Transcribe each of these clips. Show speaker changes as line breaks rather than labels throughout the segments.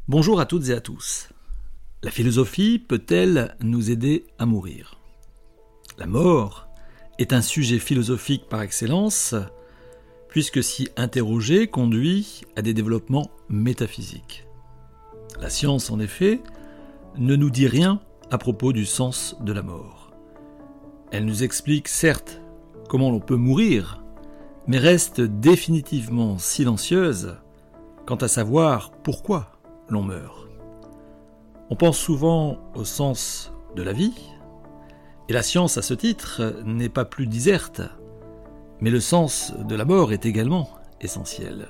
Bonjour à toutes et à tous. La philosophie peut-elle nous aider à mourir ? La mort est un sujet philosophique par excellence, puisque s'y interroger conduit à des développements métaphysiques. La science, en effet, ne nous dit rien à propos du sens de la mort. Elle nous explique certes comment l'on peut mourir, mais reste définitivement silencieuse quant à savoir pourquoi l'on meurt. On pense souvent au sens de la vie, et la science à ce titre n'est pas plus diserte, mais le sens de la mort est également essentiel.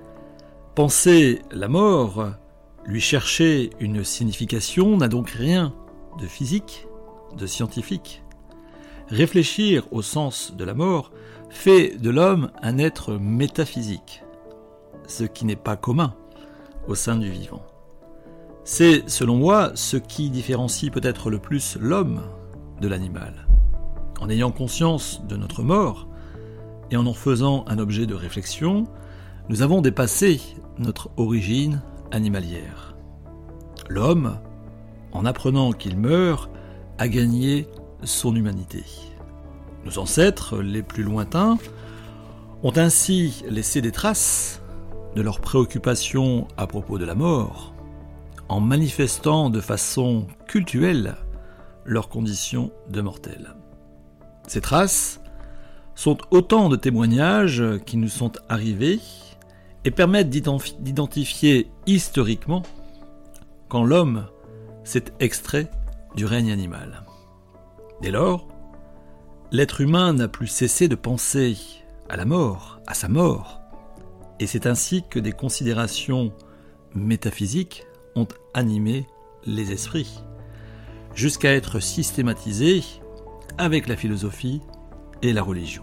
Penser la mort, lui chercher une signification n'a donc rien de physique, de scientifique. Réfléchir au sens de la mort fait de l'homme un être métaphysique, ce qui n'est pas commun au sein du vivant. C'est, selon moi, ce qui différencie peut-être le plus l'homme de l'animal. En ayant conscience de notre mort et en faisant un objet de réflexion, nous avons dépassé notre origine animalière. L'homme, en apprenant qu'il meurt, a gagné son humanité. Nos ancêtres les plus lointains ont ainsi laissé des traces de leurs préoccupations à propos de la mort, en manifestant de façon cultuelle leurs conditions de mortels. Ces traces sont autant de témoignages qui nous sont arrivés et permettent d'identifier historiquement quand l'homme s'est extrait du règne animal. Dès lors, l'être humain n'a plus cessé de penser à la mort, à sa mort, et c'est ainsi que des considérations métaphysiques ont animé les esprits, jusqu'à être systématisées avec la philosophie et la religion.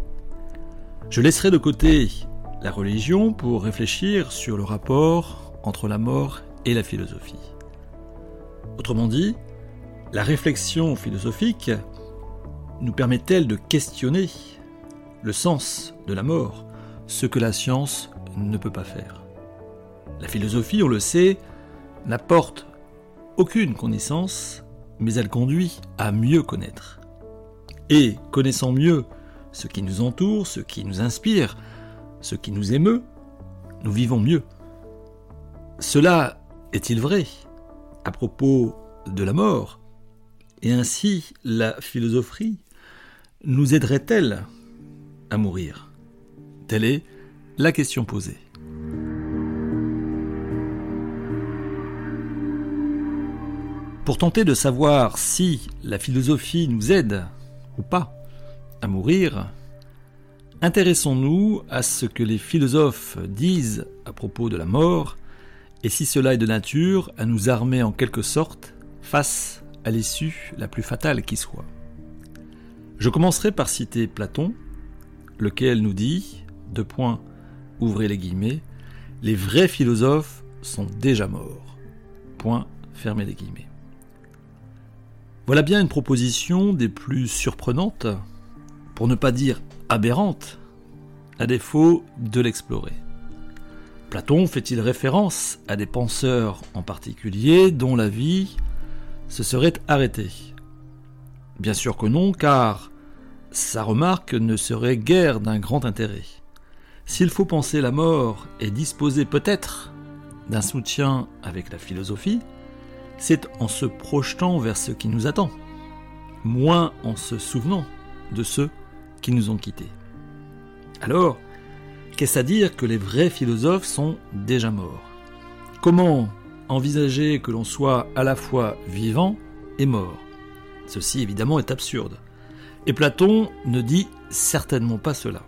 Je laisserai de côté la religion pour réfléchir sur le rapport entre la mort et la philosophie. Autrement dit, la réflexion philosophique nous permet-elle de questionner le sens de la mort, ce que la science ne peut pas faire. La philosophie, on le sait, n'apporte aucune connaissance, mais elle conduit à mieux connaître. Et connaissant mieux ce qui nous entoure, ce qui nous inspire, ce qui nous émeut, nous vivons mieux. Cela est-il vrai à propos de la mort ? Et ainsi, la philosophie nous aiderait-elle à mourir ? Telle est la question posée. Pour tenter de savoir si la philosophie nous aide ou pas à mourir, intéressons-nous à ce que les philosophes disent à propos de la mort et si cela est de nature à nous armer en quelque sorte face à l'issue la plus fatale qui soit. Je commencerai par citer Platon, lequel nous dit, ouvrez les guillemets, les vrais philosophes sont déjà morts. Fermez les guillemets. Voilà bien une proposition des plus surprenantes, pour ne pas dire aberrantes, à défaut de l'explorer. Platon fait-il référence à des penseurs en particulier dont la vie se serait arrêtée ? Bien sûr que non, car sa remarque ne serait guère d'un grand intérêt. S'il faut penser la mort et disposer peut-être d'un soutien avec la philosophie, c'est en se projetant vers ce qui nous attend, moins en se souvenant de ceux qui nous ont quittés. Alors, qu'est-ce à dire que les vrais philosophes sont déjà morts ? Comment envisager que l'on soit à la fois vivant et mort ? Ceci évidemment est absurde. Et Platon ne dit certainement pas cela.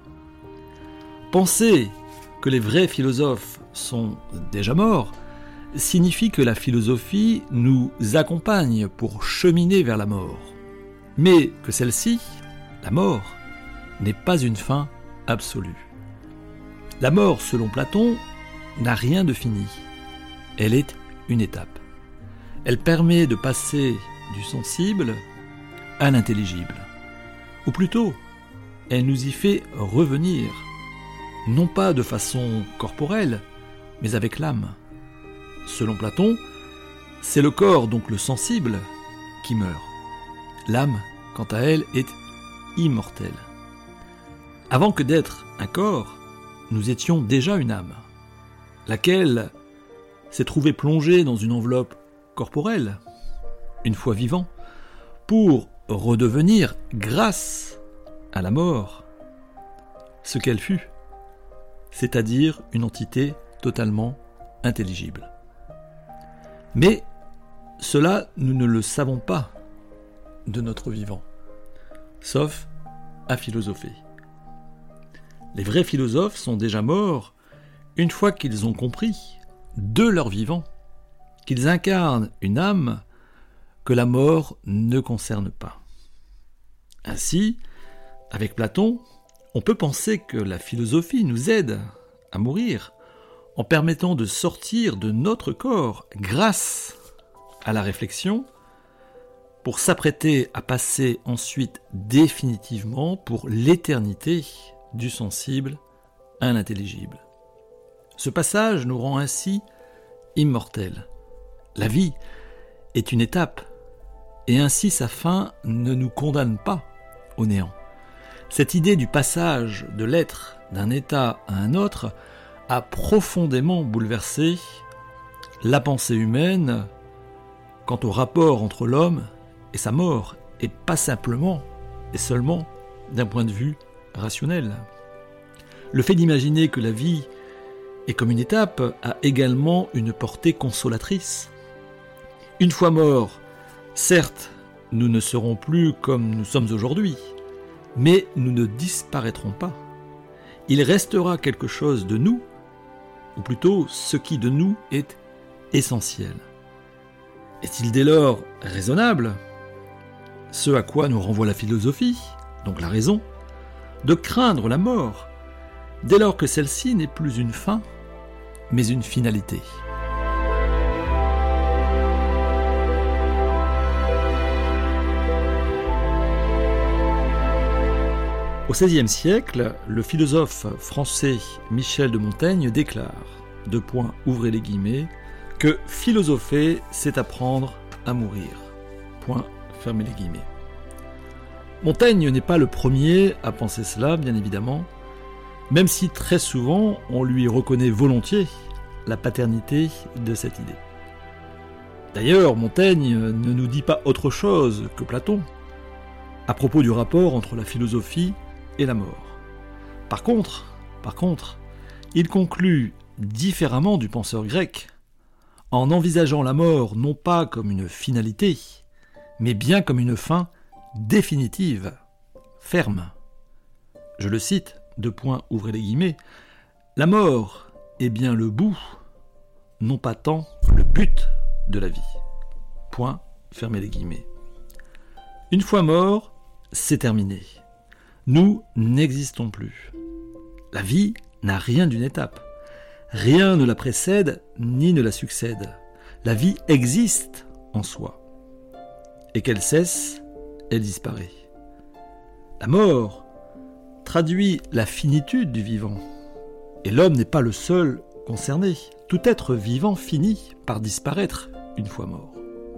Penser que les vrais philosophes sont déjà morts signifie que la philosophie nous accompagne pour cheminer vers la mort, mais que celle-ci, la mort, n'est pas une fin absolue. La mort, selon Platon, n'a rien de fini. Elle est une étape. Elle permet de passer du sensible à l'intelligible. Ou plutôt, elle nous y fait revenir, non pas de façon corporelle, mais avec l'âme. Selon Platon, c'est le corps, donc le sensible, qui meurt. L'âme, quant à elle, est immortelle. Avant que d'être un corps, nous étions déjà une âme, laquelle s'est trouvée plongée dans une enveloppe corporelle, une fois vivant, pour redevenir, grâce à la mort, ce qu'elle fut, c'est-à-dire une entité totalement intelligible. Mais cela, nous ne le savons pas de notre vivant, sauf à philosopher. Les vrais philosophes sont déjà morts une fois qu'ils ont compris, de leur vivant, qu'ils incarnent une âme que la mort ne concerne pas. Ainsi, avec Platon, on peut penser que la philosophie nous aide à mourir en permettant de sortir de notre corps grâce à la réflexion pour s'apprêter à passer ensuite définitivement pour l'éternité du sensible à l'intelligible. Ce passage nous rend ainsi immortels. La vie est une étape, et ainsi sa fin ne nous condamne pas au néant. Cette idée du passage de l'être d'un état à un autre a profondément bouleversé la pensée humaine quant au rapport entre l'homme et sa mort, et pas simplement et seulement d'un point de vue rationnel. Le fait d'imaginer que la vie est comme une étape a également une portée consolatrice. Une fois morts, certes, nous ne serons plus comme nous sommes aujourd'hui, mais nous ne disparaîtrons pas. Il restera quelque chose de nous, ou plutôt ce qui de nous est essentiel. Est-il dès lors raisonnable, ce à quoi nous renvoie la philosophie, donc la raison, de craindre la mort, dès lors que celle-ci n'est plus une fin, mais une finalité? Au XVIe siècle, le philosophe français Michel de Montaigne déclare, ouvrez les guillemets, que philosopher, c'est apprendre à mourir. Fermez les guillemets. Montaigne n'est pas le premier à penser cela, bien évidemment, même si très souvent on lui reconnaît volontiers la paternité de cette idée. D'ailleurs, Montaigne ne nous dit pas autre chose que Platon à propos du rapport entre la philosophie et la mort. Par contre, il conclut différemment du penseur grec, en envisageant la mort non pas comme une finalité, mais bien comme une fin définitive, ferme. Je le cite, ouvrez les guillemets, la mort est bien le bout, non pas tant le but de la vie. Fermez les guillemets. Une fois mort, c'est terminé. Nous n'existons plus. La vie n'a rien d'une étape. Rien ne la précède ni ne la succède. La vie existe en soi. Et qu'elle cesse, elle disparaît. La mort traduit la finitude du vivant. Et l'homme n'est pas le seul concerné. Tout être vivant finit par disparaître une fois mort.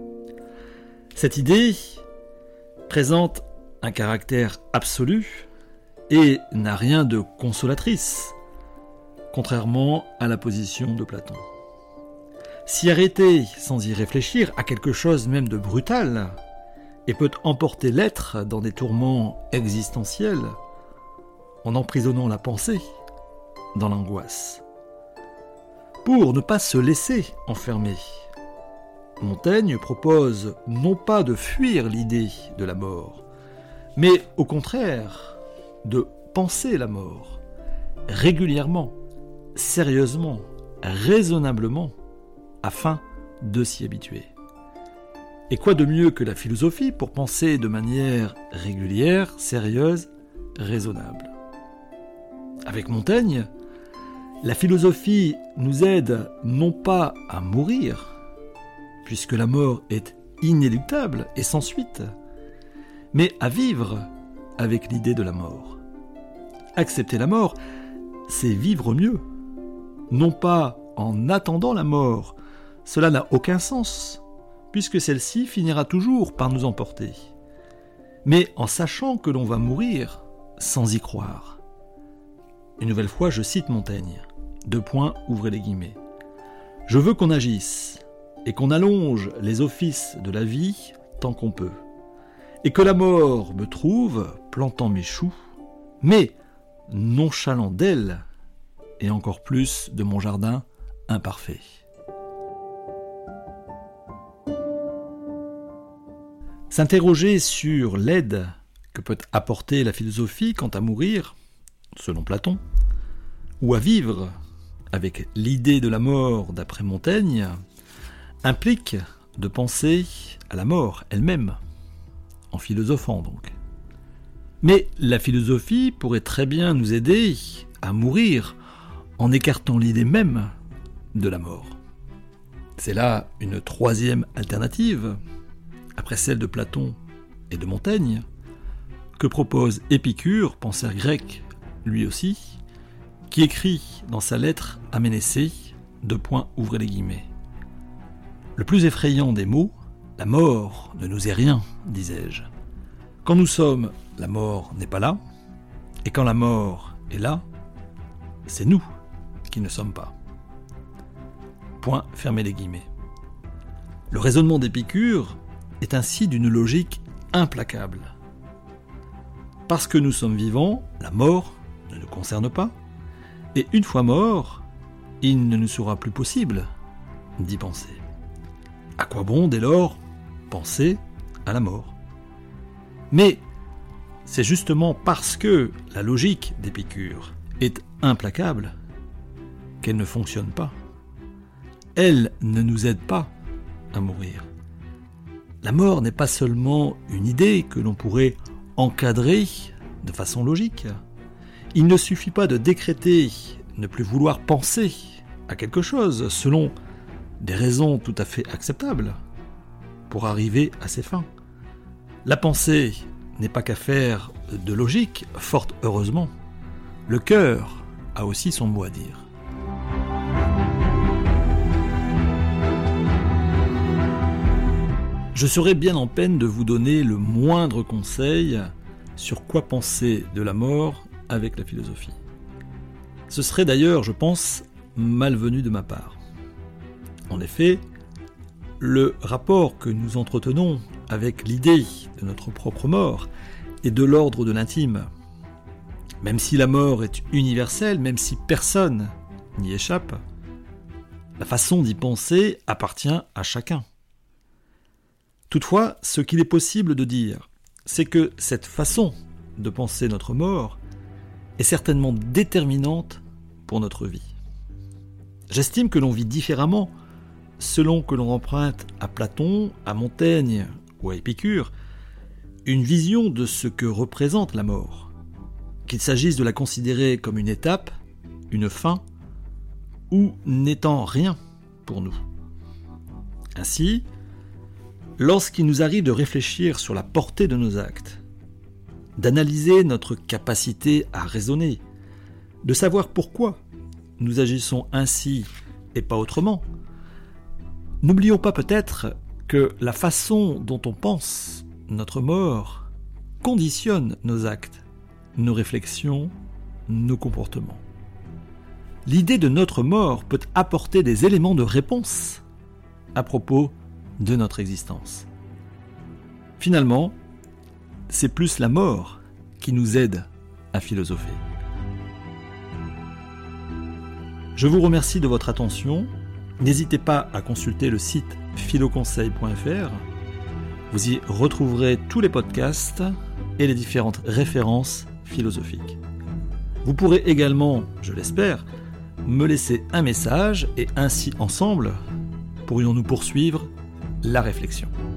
Cette idée présente un caractère absolu et n'a rien de consolatrice, contrairement à la position de Platon. S'y arrêter sans y réfléchir a quelque chose même de brutal et peut emporter l'être dans des tourments existentiels en emprisonnant la pensée dans l'angoisse. Pour ne pas se laisser enfermer, Montaigne propose non pas de fuir l'idée de la mort, mais au contraire de penser la mort régulièrement, sérieusement, raisonnablement, afin de s'y habituer. Et quoi de mieux que la philosophie pour penser de manière régulière, sérieuse, raisonnable? Avec Montaigne, la philosophie nous aide non pas à mourir, puisque la mort est inéluctable et sans suite, mais à vivre avec l'idée de la mort. Accepter la mort, c'est vivre mieux, non pas en attendant la mort, cela n'a aucun sens, puisque celle-ci finira toujours par nous emporter. Mais en sachant que l'on va mourir sans y croire. Une nouvelle fois, je cite Montaigne. : ouvrez les guillemets. Je veux qu'on agisse et qu'on allonge les offices de la vie tant qu'on peut, et que la mort me trouve plantant mes choux, mais nonchalant d'elle et encore plus de mon jardin imparfait. S'interroger sur l'aide que peut apporter la philosophie quant à mourir, selon Platon, ou à vivre avec l'idée de la mort d'après Montaigne, implique de penser à la mort elle-même, en philosophant donc. Mais la philosophie pourrait très bien nous aider à mourir en écartant l'idée même de la mort. C'est là une troisième alternative, après celle de Platon et de Montaigne, que propose Épicure, penseur grec lui aussi, qui écrit dans sa lettre à Ménécée, : ouvrez les guillemets. Le plus effrayant des mots, la mort ne nous est rien, disais-je. Quand nous sommes, la mort n'est pas là, et quand la mort est là, c'est nous qui ne sommes pas. Fermez les guillemets. Le raisonnement d'Épicure est ainsi d'une logique implacable. Parce que nous sommes vivants, la mort ne nous concerne pas, et une fois mort, il ne nous sera plus possible d'y penser. À quoi bon, dès lors, penser à la mort ? Mais c'est justement parce que la logique d'Épicure est implacable qu'elle ne fonctionne pas. Elle ne nous aide pas à mourir. La mort n'est pas seulement une idée que l'on pourrait encadrer de façon logique. Il ne suffit pas de décréter ne plus vouloir penser à quelque chose selon des raisons tout à fait acceptables pour arriver à ses fins. La pensée n'est pas qu'affaire de logique, fort heureusement. Le cœur a aussi son mot à dire. Je serais bien en peine de vous donner le moindre conseil sur quoi penser de la mort avec la philosophie. Ce serait d'ailleurs, je pense, malvenu de ma part. En effet, le rapport que nous entretenons avec l'idée de notre propre mort est de l'ordre de l'intime. Même si la mort est universelle, même si personne n'y échappe, la façon d'y penser appartient à chacun. Toutefois, ce qu'il est possible de dire, c'est que cette façon de penser notre mort est certainement déterminante pour notre vie. J'estime que l'on vit différemment selon que l'on emprunte à Platon, à Montaigne ou à Épicure une vision de ce que représente la mort, qu'il s'agisse de la considérer comme une étape, une fin, ou n'étant rien pour nous. Ainsi, lorsqu'il nous arrive de réfléchir sur la portée de nos actes, d'analyser notre capacité à raisonner, de savoir pourquoi nous agissons ainsi et pas autrement, n'oublions pas peut-être que la façon dont on pense notre mort conditionne nos actes, nos réflexions, nos comportements. L'idée de notre mort peut apporter des éléments de réponse à propos de notre existence. Finalement, c'est plus la mort qui nous aide à philosopher. Je vous remercie de votre attention. N'hésitez pas à consulter le site philoconseil.fr. Vous y retrouverez tous les podcasts et les différentes références philosophiques. Vous pourrez également, je l'espère, me laisser un message et ainsi ensemble pourrions-nous poursuivre la réflexion.